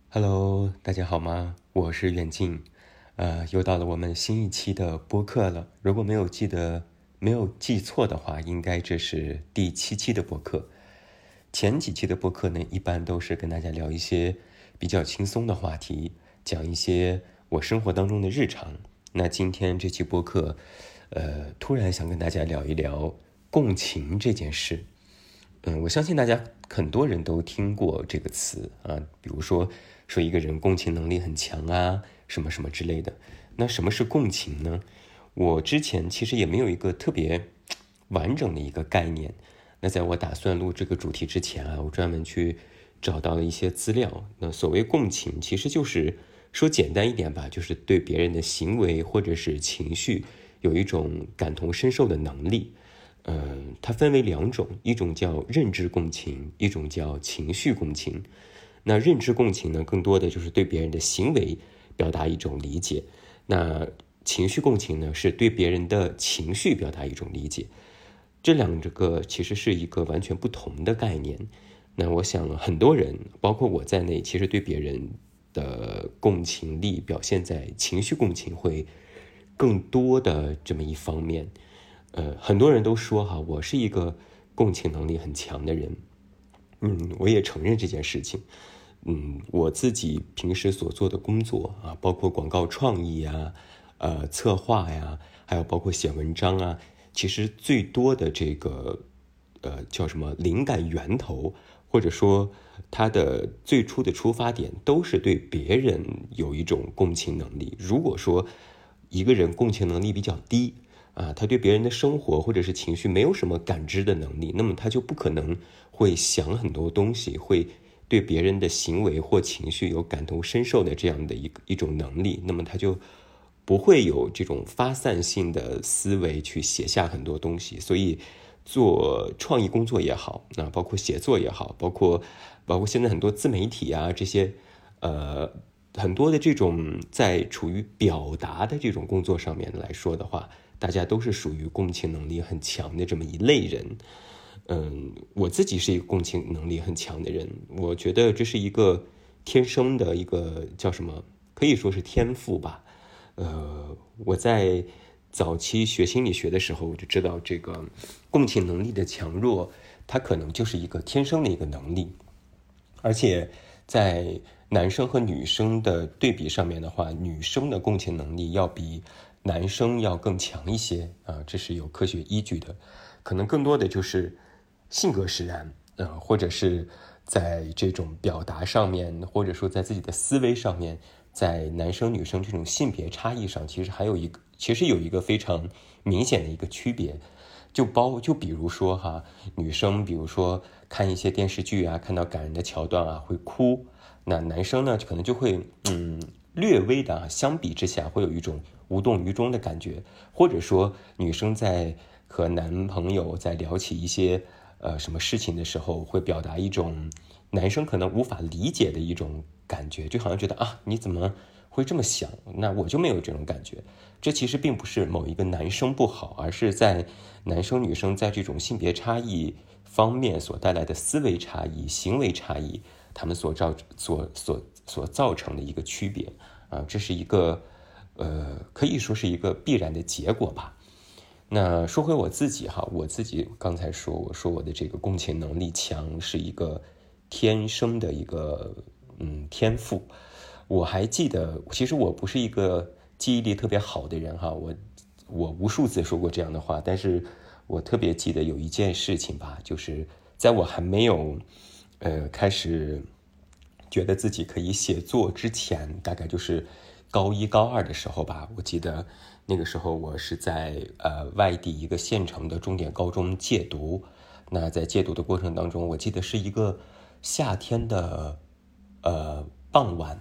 Hello，大家好吗？我是远近，又到了我们新一期的播客了。如果没有记错的话，应该这是第7期的播客。前几期的播客呢，一般都是跟大家聊一些比较轻松的话题，讲一些我生活当中的日常。那今天这期播客，突然想跟大家聊一聊共情这件事。我相信大家很多人都听过这个词啊，比如说一个人共情能力很强啊，什么什么之类的。那什么是共情呢？我之前其实也没有一个特别完整的一个概念。那在我打算录这个主题之前啊，我专门去找到了一些资料。那所谓共情，其实就是说简单一点吧，就是对别人的行为或者是情绪有一种感同身受的能力。它分为2种，一种叫认知共情，一种叫情绪共情。那认知共情呢，更多的就是对别人的行为表达一种理解；那情绪共情呢，是对别人的情绪表达一种理解。这2个其实是一个完全不同的概念。那我想很多人，包括我在内，其实对别人的共情力表现在情绪共情会更多的这么一方面。很多人都说哈，我是一个共情能力很强的人。我也承认这件事情。我自己平时所做的工作啊，包括广告创意啊，策划呀，还有包括写文章啊，其实最多的这个叫什么灵感源头，或者说它的最初的出发点，都是对别人有一种共情能力。如果说一个人共情能力比较低啊，他对别人的生活或者是情绪没有什么感知的能力，那么他就不可能会想很多东西，会对别人的行为或情绪有感同身受的这样的一种能力，那么他就不会有这种发散性的思维去写下很多东西。所以做创意工作也好，那包括写作也好，包括现在很多自媒体啊这些很多的这种在处于表达的这种工作上面来说的话，大家都是属于共情能力很强的这么一类人。我自己是一个共情能力很强的人，我觉得这是一个天生的一个叫什么，可以说是天赋吧。我在早期学心理学的时候，我就知道这个共情能力的强弱，它可能就是一个天生的一个能力。而且在男生和女生的对比上面的话，女生的共情能力要比男生要更强一些啊，这是有科学依据的。可能更多的就是性格使然，或者是在这种表达上面，或者说在自己的思维上面，在男生女生这种性别差异上，其实有一个非常明显的一个区别。就比如说哈，女生比如说看一些电视剧啊，看到感人的桥段啊会哭，那男生呢可能就会略微的相比之下会有一种无动于衷的感觉。或者说女生在和男朋友在聊起一些什么事情的时候，会表达一种男生可能无法理解的一种感觉，就好像觉得啊，你怎么会这么想？那我就没有这种感觉。这其实并不是某一个男生不好，而是在男生女生在这种性别差异方面所带来的思维差异、行为差异，他们所造成的一个区别啊，这是一个可以说是一个必然的结果吧。那说回我自己哈，我自己刚才我说我的这个共情能力强是一个天生的一个天赋。我还记得，其实我不是一个记忆力特别好的人哈，我无数次说过这样的话，但是我特别记得有一件事情吧，就是在我还没有开始觉得自己可以写作之前，大概就是高一高二的时候吧。我记得那个时候我是在外地一个县城的重点高中借读。那在借读的过程当中，我记得是一个夏天的傍晚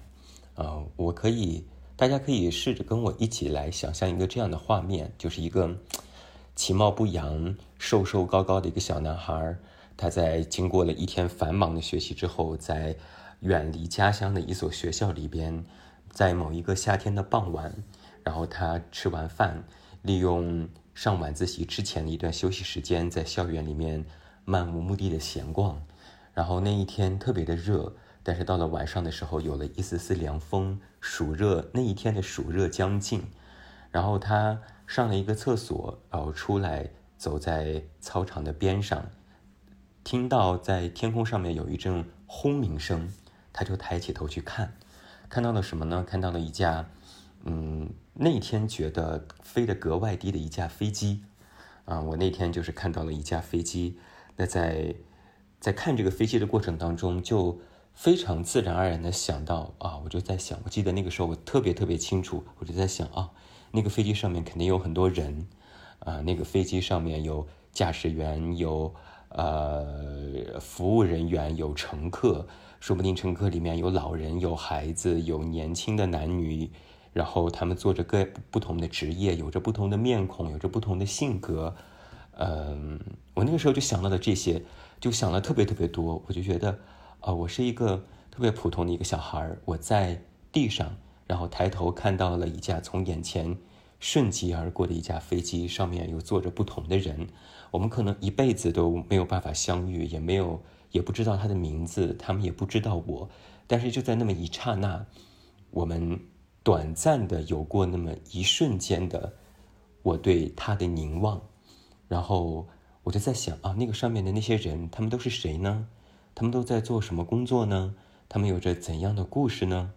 大家可以试着跟我一起来想象一个这样的画面，就是一个其貌不扬、瘦瘦高高的一个小男孩，他在经过了一天繁忙的学习之后，在远离家乡的一所学校里边，在某一个夏天的傍晚，然后他吃完饭，利用上晚自习之前的一段休息时间，在校园里面漫无目的的闲逛。然后那一天特别的热， 但是到了晚上的时候，有了一丝丝凉风，暑热，那一天的暑热将近。然后他上了一个厕所，然后出来走在操场的边上，听到在天空上面有一阵轰鸣声，他就抬起头去看，看到了什么呢？看到了一架那天觉得飞得格外低的一架飞机我那天就是看到了一架飞机。那在看这个飞机的过程当中，就非常自然而然的想到我就在想，我记得那个时候我特别清楚，我就在想那个飞机上面肯定有很多人那个飞机上面有驾驶员，有服务人员，有乘客，说不定乘客里面有老人，有孩子，有年轻的男女，然后他们做着不同的职业，有着不同的面孔，有着不同的性格。我那个时候就想到了这些，就想了特别多。我就觉得我是一个特别普通的一个小孩，我在地上，然后抬头看到了一架从眼前瞬即而过的一架飞机，上面有坐着不同的人，我们可能一辈子都没有办法相遇，也不知道他的名字，他们也不知道我，但是就在那么一刹那，我们短暂的有过那么一瞬间的我对他的凝望，然后我就在想那个上面的那些人，他们都是谁呢？他们都在做什么工作呢？他们有着怎样的故事呢？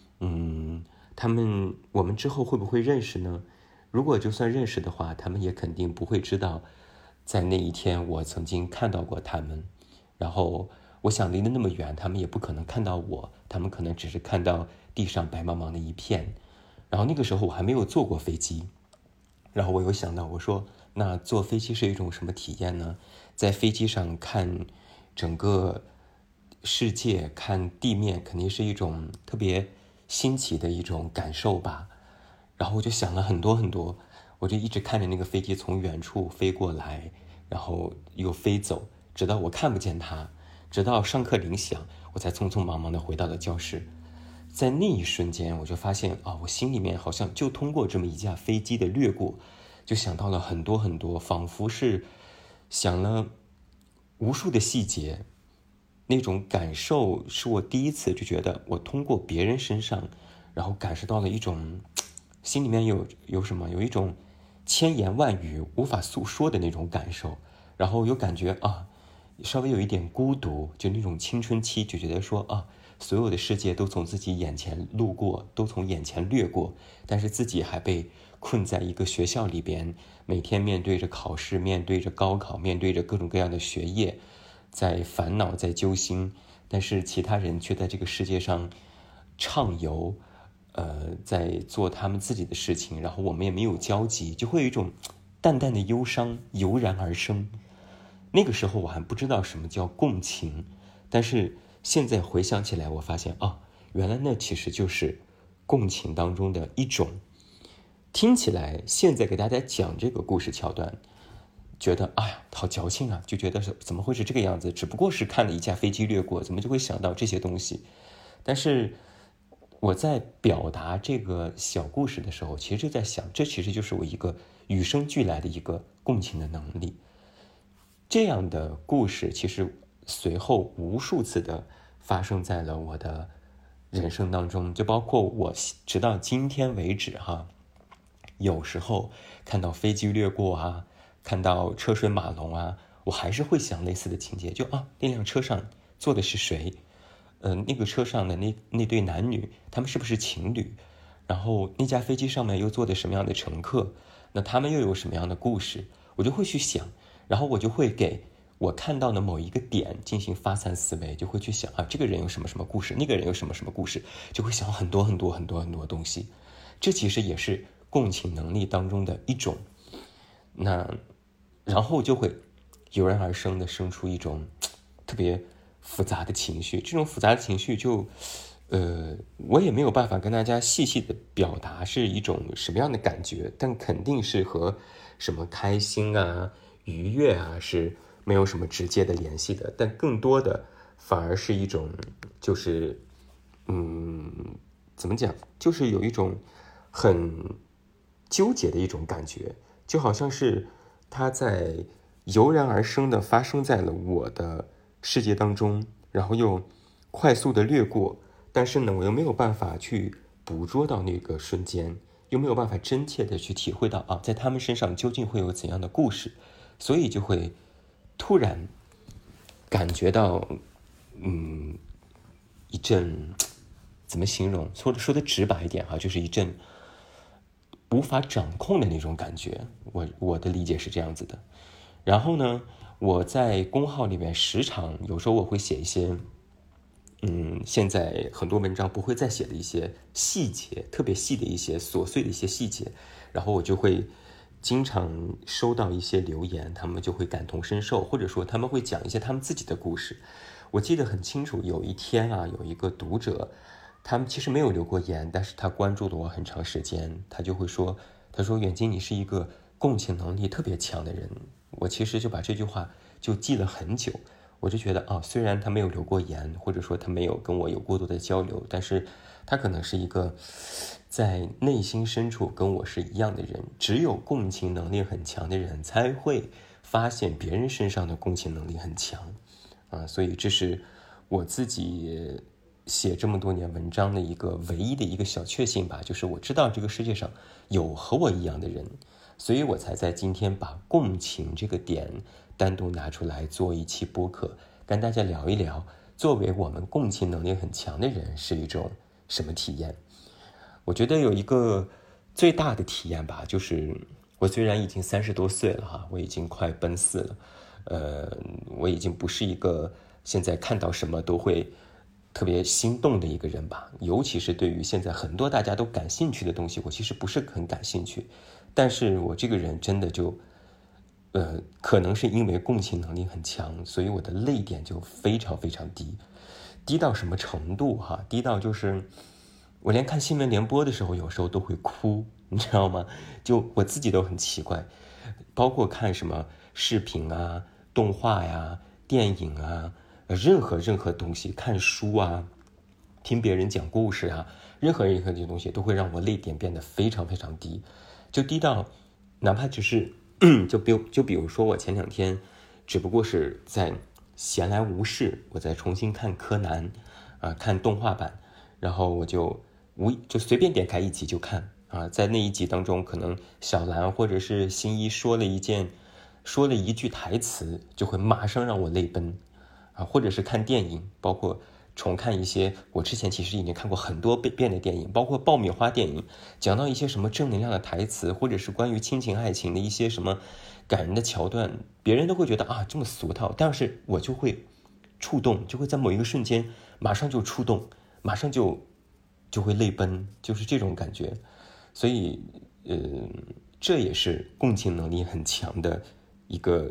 我们之后会不会认识呢？如果就算认识的话，他们也肯定不会知道，在那一天我曾经看到过他们。然后我想离得那么远，他们也不可能看到我，他们可能只是看到地上白茫茫的一片。然后那个时候我还没有坐过飞机，然后我又想到，我说那坐飞机是一种什么体验呢？在飞机上看整个世界，看地面，肯定是一种特别新奇的一种感受吧。然后我就想了很多，我就一直看着那个飞机从远处飞过来，然后又飞走，直到我看不见它，直到上课铃响，我才匆匆忙忙地回到了教室。在那一瞬间，我就发现我心里面好像就通过这么一架飞机的掠过，就想到了很多，仿佛是想了无数的细节。那种感受是我第一次就觉得我通过别人身上，然后感受到了一种心里面有什么，有一种千言万语无法诉说的那种感受。然后又感觉稍微有一点孤独，就那种青春期，就觉得说所有的世界都从自己眼前路过，都从眼前掠过，但是自己还被困在一个学校里边，每天面对着考试，面对着高考，面对着各种各样的学业，在烦恼，在揪心，但是其他人却在这个世界上畅游，在做他们自己的事情，然后我们也没有交集，就会有一种淡淡的忧伤油然而生。那个时候我还不知道什么叫共情，但是现在回想起来，我发现原来那其实就是共情当中的一种。听起来现在给大家讲这个故事桥段，觉得好矫情啊，就觉得怎么会是这个样子，只不过是看了一架飞机掠过，怎么就会想到这些东西。但是我在表达这个小故事的时候，其实就在想，这其实就是我一个与生俱来的一个共情的能力。这样的故事其实随后无数次的发生在了我的人生当中，就包括我直到今天为止有时候看到飞机掠过看到车水马龙我还是会想类似的情节，就那辆车上坐的是谁？那个车上的那对男女，他们是不是情侣？然后那架飞机上面又坐的什么样的乘客？那他们又有什么样的故事？我就会去想，然后我就会给我看到的某一个点进行发散思维，就会去想这个人有什么什么故事，那个人有什么什么故事，就会想很多东西。这其实也是共情能力当中的一种。那然后就会油然而生的生出一种特别复杂的情绪，这种复杂的情绪就我也没有办法跟大家细细的表达是一种什么样的感觉，但肯定是和什么开心愉悦是没有什么直接的联系的，但更多的反而是一种就是怎么讲，就是有一种很纠结的一种感觉，就好像是它在油然而生的发生在了我的世界当中，然后又快速的掠过，但是呢，我又没有办法去捕捉到那个瞬间，又没有办法真切的去体会到啊，在他们身上究竟会有怎样的故事，所以就会突然感觉到，一阵怎么形容？说的直白一点哈，就是一阵无法掌控的那种感觉。我的理解是这样子的。然后呢，我在公号里面时常有时候我会写一些，现在很多文章不会再写的一些细节，特别细的一些琐碎的一些细节，然后我就会经常收到一些留言，他们就会感同身受，或者说他们会讲一些他们自己的故事。我记得很清楚，有一天啊，有一个读者，他们其实没有留过言，但是他关注了我很长时间，他就会说，他说远近你是一个共情能力特别强的人。我其实就把这句话就记了很久，我就觉得啊，虽然他没有留过言，或者说他没有跟我有过多的交流，但是他可能是一个在内心深处跟我是一样的人。只有共情能力很强的人才会发现别人身上的共情能力很强啊，所以这是我自己写这么多年文章的一个唯一的一个小确幸吧，就是我知道这个世界上有和我一样的人，所以我才在今天把共情这个点单独拿出来做一期播客，跟大家聊一聊，作为我们共情能力很强的人是一种什么体验。我觉得有一个最大的体验吧，就是我虽然已经30多岁了哈，我已经快奔4了，我已经不是一个现在看到什么都会特别心动的一个人吧，尤其是对于现在很多大家都感兴趣的东西，我其实不是很感兴趣。但是我这个人真的就，可能是因为共情能力很强，所以我的泪点就非常非常低，低到什么程度哈？低到就是我连看新闻联播的时候，有时候都会哭，你知道吗？就我自己都很奇怪，包括看什么视频啊、动画呀、电影啊，任何东西，看书啊，听别人讲故事啊，任何这些东西都会让我泪点变得非常非常低，就低到哪怕只是就比如说我前2天只不过是在闲来无事，我再重新看柯南啊，看动画版，然后我就随便点开一集就看啊，在那一集当中，可能小兰或者是新一说了一句台词，就会马上让我泪奔啊，或者是看电影，包括重看一些我之前其实已经看过很多遍的电影，包括爆米花电影，讲到一些什么正能量的台词，或者是关于亲情爱情的一些什么感人的桥段，别人都会觉得啊这么俗套，但是我就会触动，就会在某一个瞬间马上就触动，马上就会泪奔，就是这种感觉。所以这也是共情能力很强的一个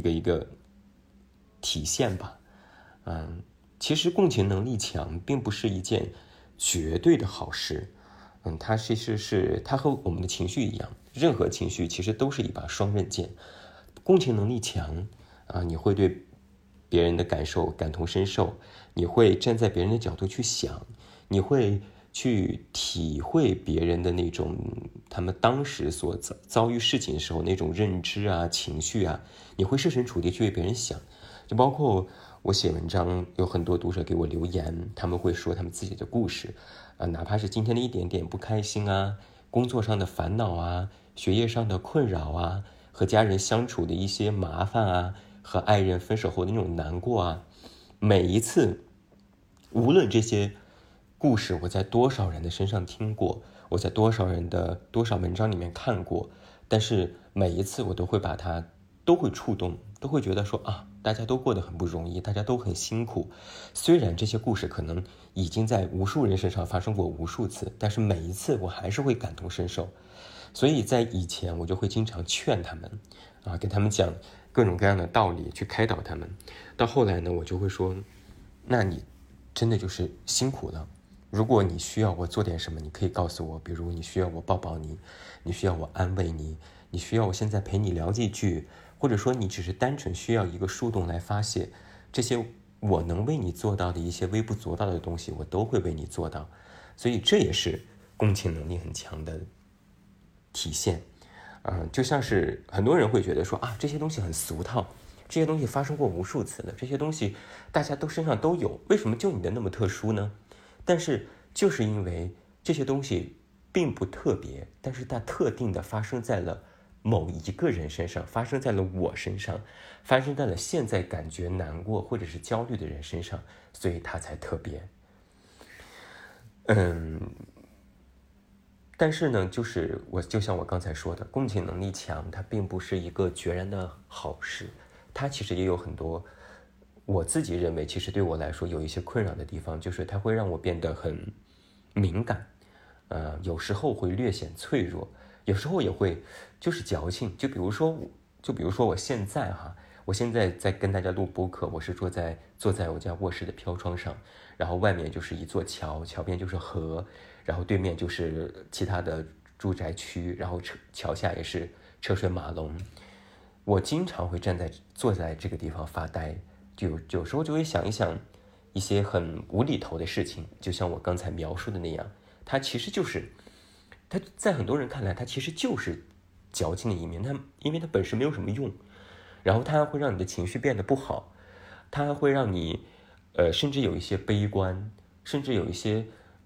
体现吧。其实共情能力强并不是一件绝对的好事。它其实是它和我们的情绪一样，任何情绪其实都是一把双刃剑。共情能力强啊，你会对别人的感受感同身受，你会站在别人的角度去想，你会去体会别人的那种他们当时所遭遇事情的时候那种认知啊、情绪啊，你会设身处地去为别人想。就包括我写文章，有很多读者给我留言，他们会说他们自己的故事啊，哪怕是今天的一点点不开心啊，工作上的烦恼啊，学业上的困扰啊，和家人相处的一些麻烦啊，和爱人分手后的那种难过啊，每一次，无论这些故事我在多少人的身上听过，我在多少人的多少文章里面看过，但是每一次我都会把它都会触动，都会觉得说啊，大家都过得很不容易，大家都很辛苦。虽然这些故事可能已经在无数人身上发生过无数次，但是每一次我还是会感同身受。所以在以前我就会经常劝他们啊，给他们讲各种各样的道理，去开导他们。到后来呢，我就会说，那你真的就是辛苦了。如果你需要我做点什么，你可以告诉我，比如你需要我抱抱你，你需要我安慰你，你需要我现在陪你聊几句，或者说你只是单纯需要一个树洞来发泄，这些我能为你做到的一些微不足道的东西，我都会为你做到。所以这也是共情能力很强的体现。就像是很多人会觉得说啊，这些东西很俗套， 这些东西发生过无数次了，这些东西大家都身上都有，为什么就你的那么特殊呢？但是就是因为这些东西并不特别，但是它特定的发生在了某一个人身上，发生在了我身上，发生在了现在感觉难过或者是焦虑的人身上，所以它才特别。但是呢，就像我刚才说的，共情能力强，它并不是一个决然的好事，它其实也有很多，我自己认为，其实对我来说有一些困扰的地方，就是它会让我变得很敏感，有时候会略显脆弱，有时候也会就是矫情。就比如说我现在哈，我现在在跟大家录播客，我是坐在我家卧室的飘窗上，然后外面就是一座桥，桥边就是河，然后对面就是其他的住宅区，然后桥下也是车水马龙。我经常会坐在这个地方发呆，有时候就会想一想一些很无厘头的事情，就像我刚才描述的那样，它其实就是它在很多人看来，它其实就是矫情的一面，因为它本身没有什么用，然后它会让你的情绪变得不好，它会让你甚至有一些悲观，甚至有一些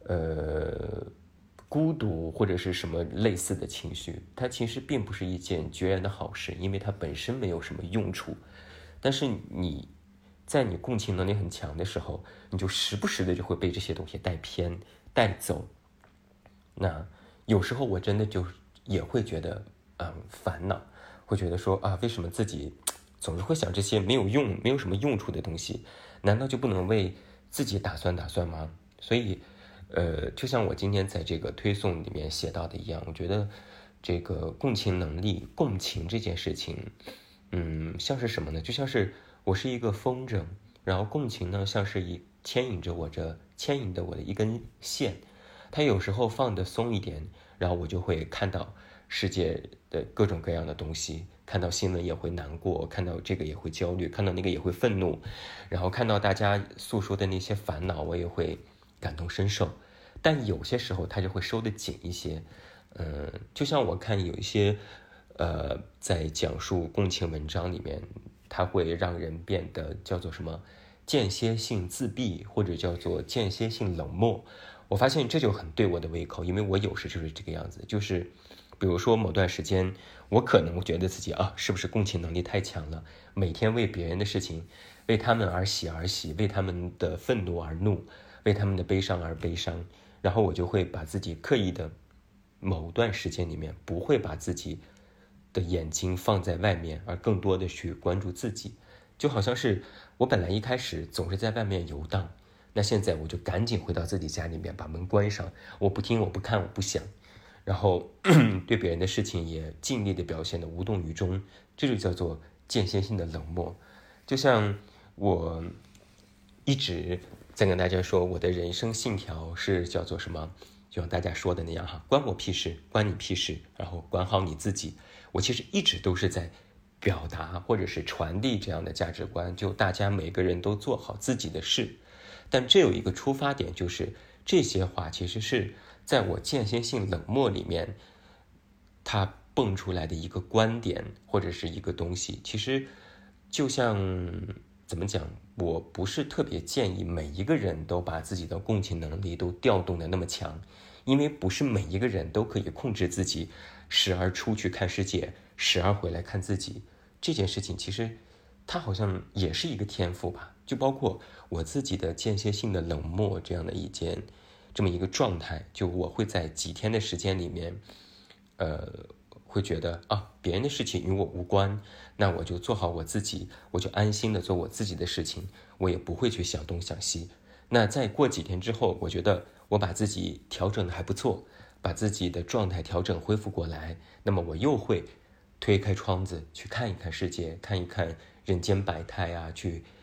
孤独或者是什么类似的情绪，它其实并不是一件决然的好事，因为它本身没有什么用处。但是你在你共情能力很强的时候，你就时不时的就会被这些东西带偏带走。那有时候我真的就也会觉得烦恼，会觉得说为什么自己总是会想这些没有什么用处的东西，难道就不能为自己打算吗？所以就像我今天在这个推送里面写到的一样，我觉得这个共情能力、共情这件事情，像是什么呢？就像是我是一个风筝，然后共情呢，像是牵引着我的一根线，它有时候放得松一点，然后我就会看到世界的各种各样的东西，看到新闻也会难过，看到这个也会焦虑，看到那个也会愤怒，然后看到大家诉说的那些烦恼，我也会感同身受。但有些时候它就会收得紧一些，就像我看有一些在讲述共情文章里面，它会让人变得叫做什么间歇性自闭，或者叫做间歇性冷漠。我发现这就很对我的胃口，因为我有时就是这个样子，就是比如说某段时间，我可能觉得自己是不是共情能力太强了，每天为别人的事情，为他们而喜，为他们的愤怒而怒，为他们的悲伤而悲伤，然后我就会把自己刻意的某段时间里面不会把自己的眼睛放在外面，而更多的去关注自己，就好像是我本来一开始总是在外面游荡，那现在我就赶紧回到自己家里面，把门关上，我不听，我不看，我不想，然后对别人的事情也尽力的表现的无动于衷，这就叫做间歇性的冷漠。就像我一直在跟大家说，我的人生信条是叫做什么？就像大家说的那样哈，关我屁事，关你屁事，然后管好你自己。我其实一直都是在表达或者是传递这样的价值观，就大家每个人都做好自己的事。但这有一个出发点，就是这些话其实是在我间歇性冷漠里面，它蹦出来的一个观点或者是一个东西。其实就像怎么讲，我不是特别建议每一个人都把自己的共情能力都调动的那么强，因为不是每一个人都可以控制自己时而出去看世界，时而回来看自己。这件事情其实它好像也是一个天赋吧，就包括我自己的间歇性的冷漠这么一个状态，就我会在几天的时间里面会觉得别人的事情与我无关，那我就做好我自己，我就安心的做我自己的事情，我也不会去想东想西。那再过几天之后，我觉得我把自己调整的还不错，把自己的状态调整恢复过来，那么我又会推开窗子去看一看世界，看一看人间百态啊，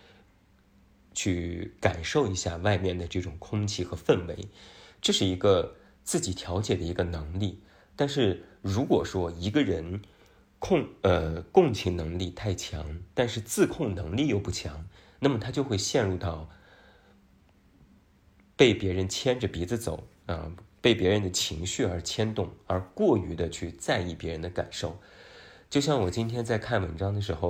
去感受一下外面的这种空气和氛围，这是一个自己调节的一个能力。但是如果说一个人共情能力太强，但是自控能力又不强，那么他就会陷入到被别人牵着鼻子走被别人的情绪而牵动，而过于的去在意别人的感受。就像我今天在看文章的时候，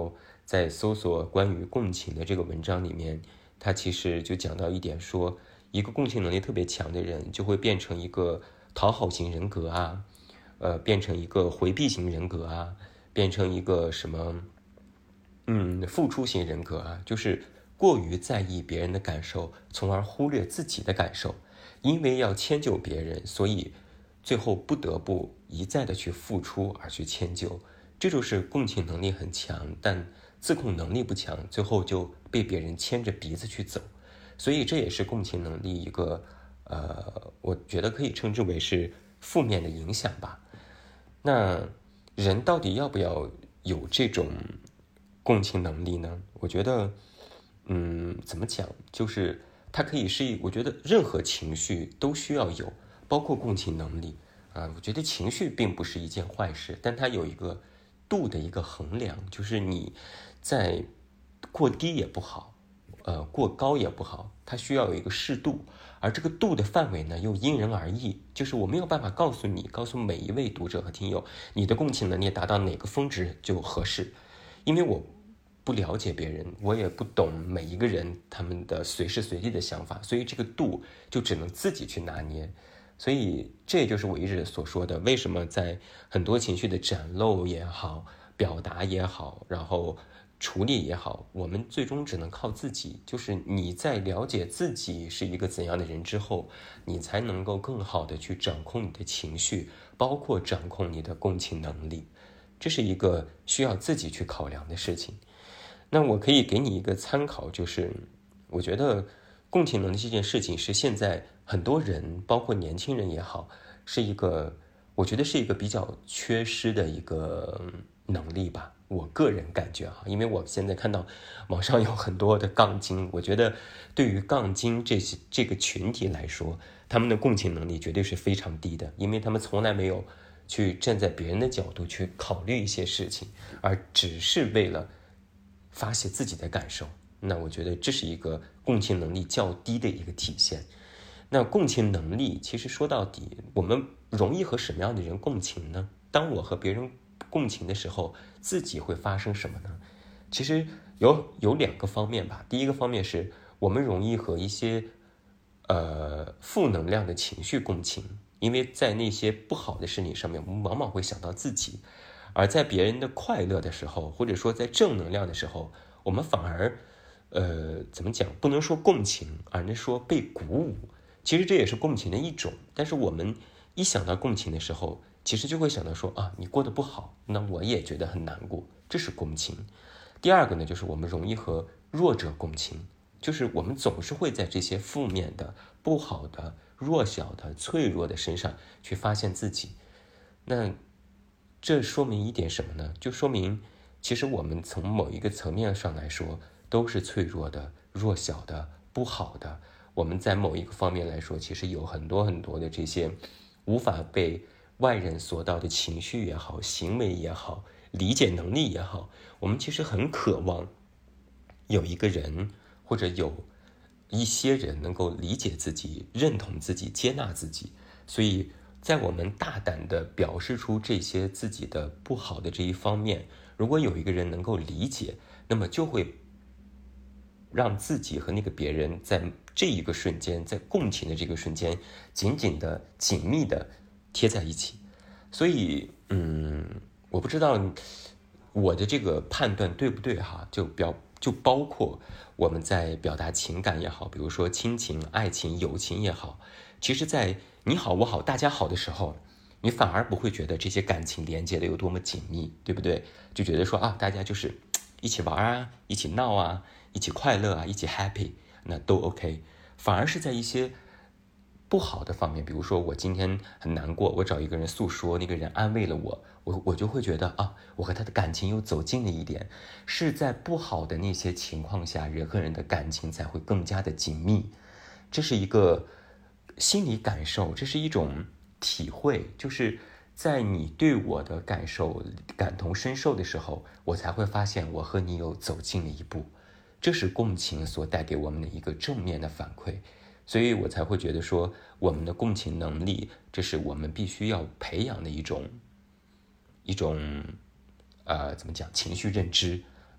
在搜索关于共情的这个文章里面，他其实就讲到一点说，一个共情能力特别强的人就会变成一个讨好型人格啊，变成一个回避型人格啊，变成一个什么付出型人格啊，就是过于在意别人的感受，从而忽略自己的感受。因为要迁就别人，所以最后不得不一再的去付出而去迁就。这就是共情能力很强，但自控能力不强，最后就被别人牵着鼻子去走。所以这也是共情能力一个我觉得可以称之为是负面的影响吧。那人到底要不要有这种共情能力呢？我觉得怎么讲，就是它可以是我觉得任何情绪都需要有，包括共情能力啊。我觉得情绪并不是一件坏事，但它有一个度的一个衡量，就是你在过低也不好，过高也不好，它需要有一个适度。而这个度的范围呢，又因人而异，就是我没有办法告诉每一位读者和听友，你的共情能力达到哪个峰值就合适，因为我不了解别人，我也不懂每一个人他们的随时随地的想法，所以这个度就只能自己去拿捏。所以这也就是我一直所说的，为什么在很多情绪的展露也好，表达也好，然后处理也好，我们最终只能靠自己。就是你在了解自己是一个怎样的人之后，你才能够更好的去掌控你的情绪，包括掌控你的共情能力。这是一个需要自己去考量的事情。那我可以给你一个参考，就是我觉得共情能力这件事情是现在很多人，包括年轻人也好，我觉得是一个比较缺失的一个能力吧。我个人感觉因为我现在看到网上有很多的杠精，我觉得对于杠精这个群体来说，他们的共情能力绝对是非常低的，因为他们从来没有去站在别人的角度去考虑一些事情，而只是为了发泄自己的感受。那我觉得这是一个共情能力较低的一个体现。那共情能力其实说到底，我们容易和什么样的人共情呢？当我和别人共情的时候，自己会发生什么呢？其实有两个方面吧。第一个方面是我们容易和一些负能量的情绪共情，因为在那些不好的事情上面，我们往往会想到自己，而在别人的快乐的时候，或者说在正能量的时候，我们反而怎么讲，不能说共情，而是说被鼓舞。其实这也是共情的一种，但是我们一想到共情的时候，其实就会想到说你过得不好，那我也觉得很难过，这是共情。第二个呢，就是我们容易和弱者共情，就是我们总是会在这些负面的、不好的、弱小的、脆弱的身上去发现自己。那这说明一点什么呢？就说明其实我们从某一个层面上来说都是脆弱的、弱小的、不好的。我们在某一个方面来说，其实有很多很多的这些无法被外人所到的情绪也好，行为也好，理解能力也好，我们其实很渴望有一个人或者有一些人能够理解自己、认同自己、接纳自己。所以在我们大胆地表示出这些自己的不好的这一方面，如果有一个人能够理解，那么就会让自己和那个别人在这一个瞬间，在共情的这个瞬间，紧密的贴在一起。所以我不知道我的这个判断对不对就包括我们在表达情感也好，比如说亲情、爱情、友情也好，其实在你好我好大家好的时候，你反而不会觉得这些感情连接的有多么紧密，对不对？就觉得说大家就是一起玩一起闹一起快乐一起 happy， 那都 OK。 反而是在一些不好的方面，比如说我今天很难过，我找一个人诉说，那个人安慰了我就会觉得我和他的感情又走近了一点。是在不好的那些情况下，人和人的感情才会更加的紧密。这是一个心理感受，这是一种体会，就是在你对我的感受感同身受的时候，我才会发现我和你又走近了一步。这是共情所带给我们的一个正面的反馈。所以我才会觉得说，我们的共情能力，这是我们必须要培养的一种怎么讲，情绪认知。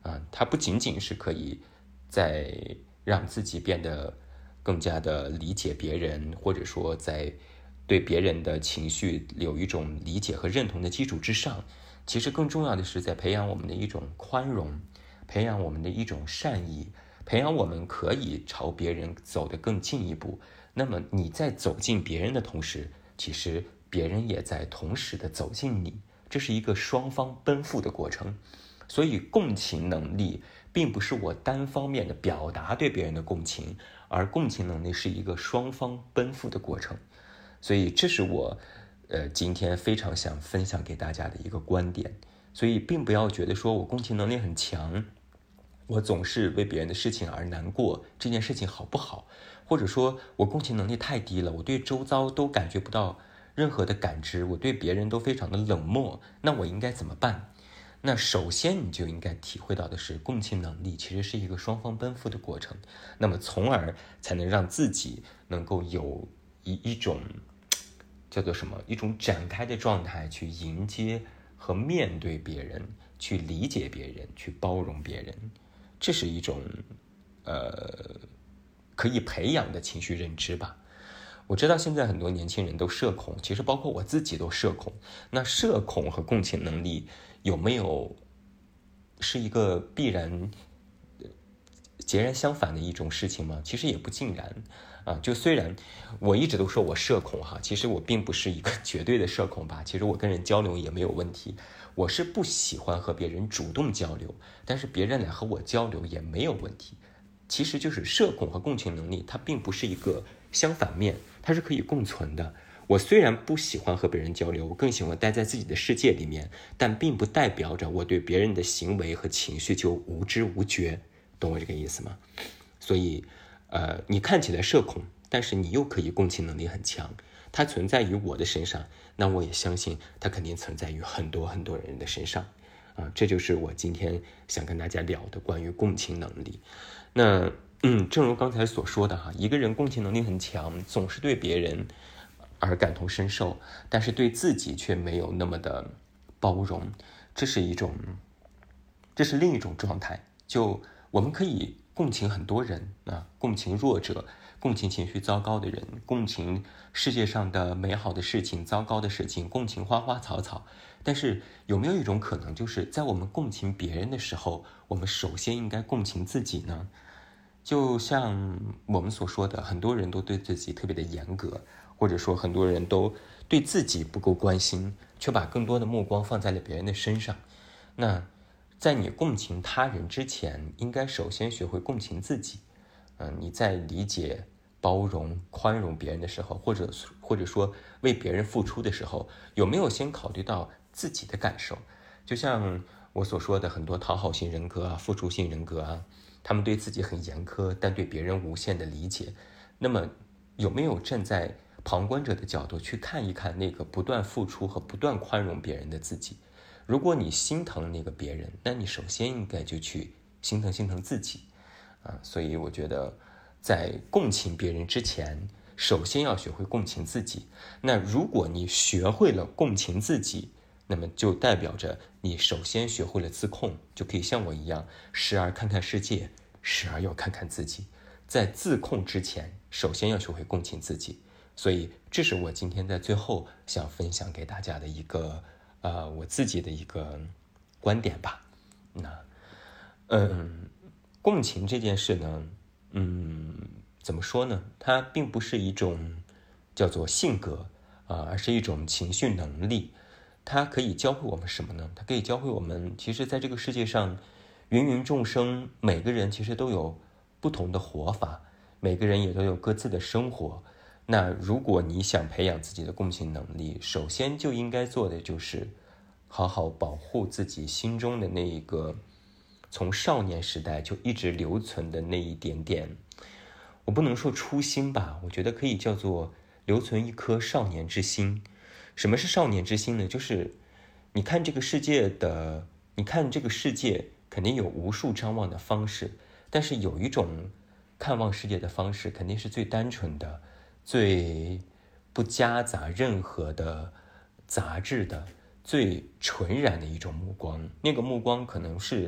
它不仅仅是可以在让自己变得更加的理解别人，或者说在对别人的情绪有一种理解和认同的基础之上，其实更重要的是在培养我们的一种宽容，培养我们的一种善意，培养我们可以朝别人走得更进一步。那么你在走进别人的同时，其实别人也在同时的走进你，这是一个双方奔赴的过程。所以共情能力并不是我单方面的表达对别人的共情，而共情能力是一个双方奔赴的过程。所以这是我今天非常想分享给大家的一个观点。所以并不要觉得说我共情能力很强，我总是为别人的事情而难过，这件事情好不好？或者说我共情能力太低了，我对周遭都感觉不到任何的感知，我对别人都非常的冷漠，那我应该怎么办？那首先你就应该体会到的是，共情能力其实是一个双方奔赴的过程，那么从而才能让自己能够有一种叫做什么，一种展开的状态去迎接和面对别人，去理解别人，去包容别人。这是一种可以培养的情绪认知吧。我知道现在很多年轻人都社恐，其实包括我自己都社恐。那社恐和共情能力有没有是一个必然截然相反的一种事情吗？其实也不尽然就虽然我一直都说我社恐哈，其实我并不是一个绝对的社恐吧。其实我跟人交流也没有问题，我是不喜欢和别人主动交流，但是别人来和我交流也没有问题。其实就是社恐和共情能力，它并不是一个相反面，它是可以共存的。我虽然不喜欢和别人交流，我更喜欢待在自己的世界里面，但并不代表着我对别人的行为和情绪就无知无觉，懂我这个意思吗？所以，你看起来社恐，但是你又可以共情能力很强，它存在于我的身上，那我也相信它肯定存在于很多很多人的身上。这就是我今天想跟大家聊的关于共情能力。那正如刚才所说的哈，一个人共情能力很强，总是对别人而感同身受，但是对自己却没有那么的包容，这是另一种状态。就我们可以共情很多人共情弱者，共情情绪糟糕的人，共情世界上的美好的事情、糟糕的事情，共情花花草草。但是有没有一种可能，就是在我们共情别人的时候，我们首先应该共情自己呢？就像我们所说的，很多人都对自己特别的严格，或者说很多人都对自己不够关心，却把更多的目光放在了别人的身上。那在你共情他人之前，应该首先学会共情自己。你在理解、包容、宽容别人的时候，或者说为别人付出的时候，有没有先考虑到自己的感受？就像我所说的，很多讨好型人格付出型人格他们对自己很严苛，但对别人无限的理解。那么有没有站在旁观者的角度去看一看那个不断付出和不断宽容别人的自己？如果你心疼那个别人，那你首先应该就去心疼自己所以我觉得在共情别人之前，首先要学会共情自己。那如果你学会了共情自己，那么就代表着你首先学会了自控，就可以像我一样，时而看看世界，时而要看看自己。在自控之前，首先要学会共情自己。所以这是我今天在最后想分享给大家的一个我自己的一个观点吧。共情这件事呢，怎么说呢？它并不是一种叫做性格而是一种情绪能力。它可以教会我们什么呢？它可以教会我们，其实在这个世界上，芸芸众生，每个人其实都有不同的活法，每个人也都有各自的生活。那如果你想培养自己的共情能力，首先就应该做的就是好好保护自己心中的那一个从少年时代就一直留存的那一点点，我不能说初心吧，我觉得可以叫做留存一颗少年之心。什么是少年之心呢？就是你看这个世界肯定有无数张望的方式，但是有一种看望世界的方式肯定是最单纯的，最不夹杂任何的杂质的，最纯然的一种目光。那个目光可能是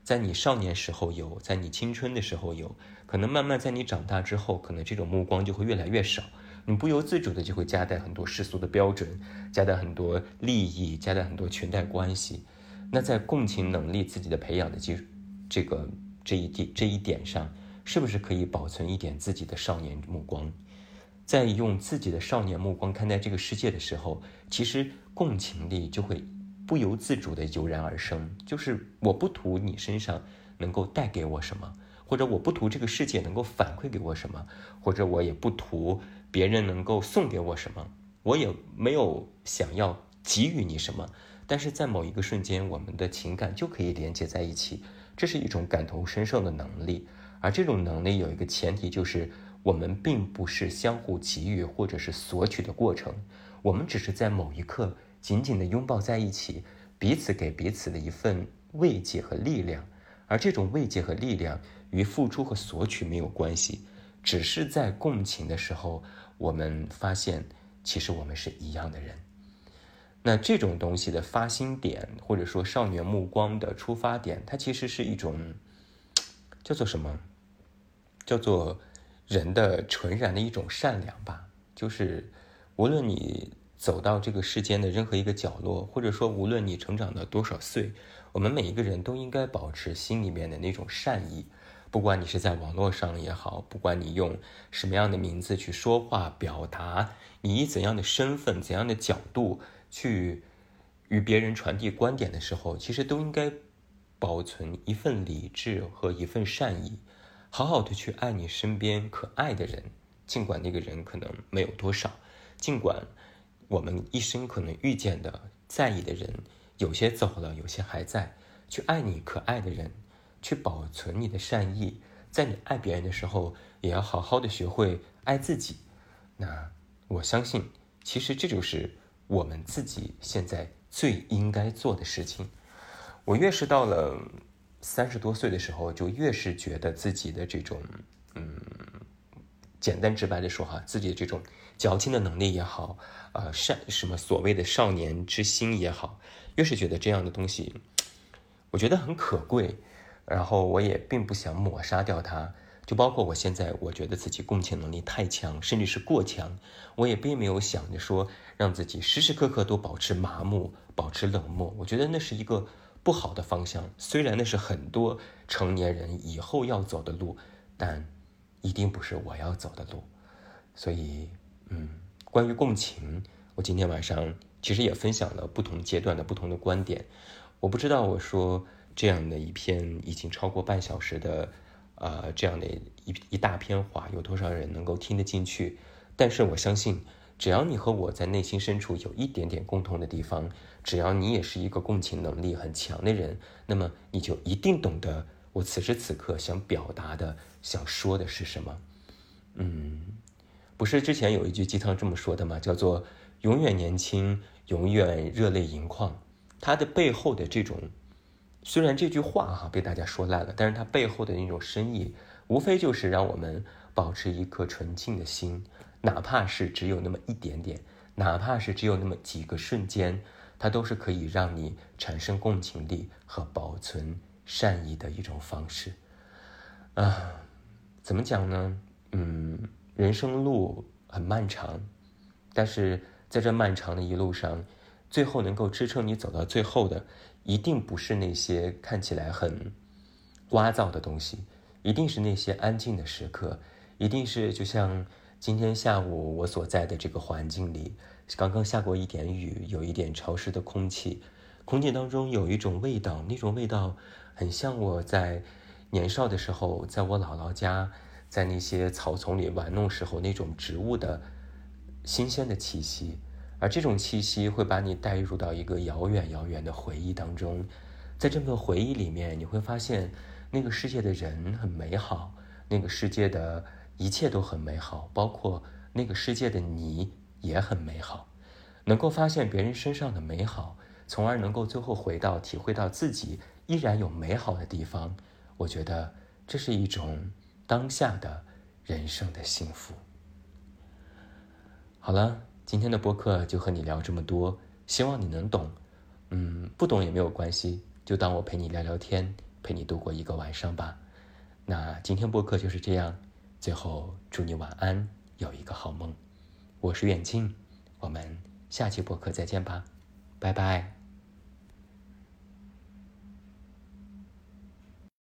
在你少年时候有，在你青春的时候有，可能慢慢在你长大之后，可能这种目光就会越来越少，你不由自主的就会夹带很多世俗的标准，夹带很多利益，夹带很多裙带关系。那在共情能力自己的培养的这一点上，是不是可以保存一点自己的少年目光？在用自己的少年目光看待这个世界的时候，其实共情力就会不由自主的油然而生。就是我不图你身上能够带给我什么，或者我不图这个世界能够反馈给我什么，或者我也不图别人能够送给我什么，我也没有想要给予你什么，但是在某一个瞬间，我们的情感就可以连接在一起，这是一种感同身受的能力。而这种能力有一个前提，就是我们并不是相互给予或者是索取的过程，我们只是在某一刻紧紧地拥抱在一起，彼此给彼此的一份慰藉和力量。而这种慰藉和力量与付出和索取没有关系，只是在共情的时候，我们发现其实我们是一样的人。那这种东西的发心点，或者说少年目光的出发点，它其实是一种叫做什么？叫做人的纯然的一种善良吧。就是无论你走到这个世间的任何一个角落，或者说无论你成长到多少岁，我们每一个人都应该保持心里面的那种善意。不管你是在网络上也好，不管你用什么样的名字去说话表达，你以怎样的身份怎样的角度去与别人传递观点的时候，其实都应该保存一份理智和一份善意，好好的去爱你身边可爱的人，尽管那个人可能没有多少，尽管我们一生可能遇见的在意的人有些走了，有些还在，去爱你可爱的人，去保存你的善意，在你爱别人的时候也要好好的学会爱自己。那我相信其实这就是我们自己现在最应该做的事情。我越是到了30多岁的时候，就越是觉得自己的这种简单直白的说哈，自己的这种矫情的能力也好，什么所谓的少年之心也好，越是觉得这样的东西我觉得很可贵，然后我也并不想抹杀掉它。就包括我现在，我觉得自己共情能力太强，甚至是过强，我也并没有想着说让自己时时刻刻都保持麻木，保持冷漠。我觉得那是一个不好的方向，虽然那是很多成年人以后要走的路，但一定不是我要走的路。所以关于共情，我今天晚上其实也分享了不同阶段的不同的观点。我不知道我说这样的一篇已经超过半小时的这样的一大篇话，有多少人能够听得进去？但是我相信，只要你和我在内心深处有一点点共同的地方，只要你也是一个共情能力很强的人，那么你就一定懂得我此时此刻想表达的、想说的是什么。不是之前有一句鸡汤这么说的吗？叫做永远年轻，永远热泪盈眶。它的背后的这种，虽然这句话被大家说烂了，但是它背后的那种深意，无非就是让我们保持一颗纯净的心，哪怕是只有那么一点点，哪怕是只有那么几个瞬间，它都是可以让你产生共情力和保存善意的一种方式。怎么讲呢？人生路很漫长，但是在这漫长的一路上，最后能够支撑你走到最后的，一定不是那些看起来很聒噪的东西，一定是那些安静的时刻，一定是就像今天下午我所在的这个环境里，刚刚下过一点雨，有一点潮湿的空气，空气当中有一种味道，那种味道很像我在年少的时候，在我姥姥家，在那些草丛里玩弄时候那种植物的新鲜的气息，而这种气息会把你带入到一个遥远遥远的回忆当中。在这份回忆里面，你会发现那个世界的人很美好，那个世界的一切都很美好，包括那个世界的你也很美好。能够发现别人身上的美好，从而能够最后回到体会到自己依然有美好的地方，我觉得这是一种当下的人生的幸福。好了，今天的播客就和你聊这么多，希望你能懂。不懂也没有关系，就当我陪你聊聊天， 陪你度过一个晚上吧。那今天播客就是这样，最后祝你晚安，有一个好梦。我是远近，我们下期播客再见吧，拜拜。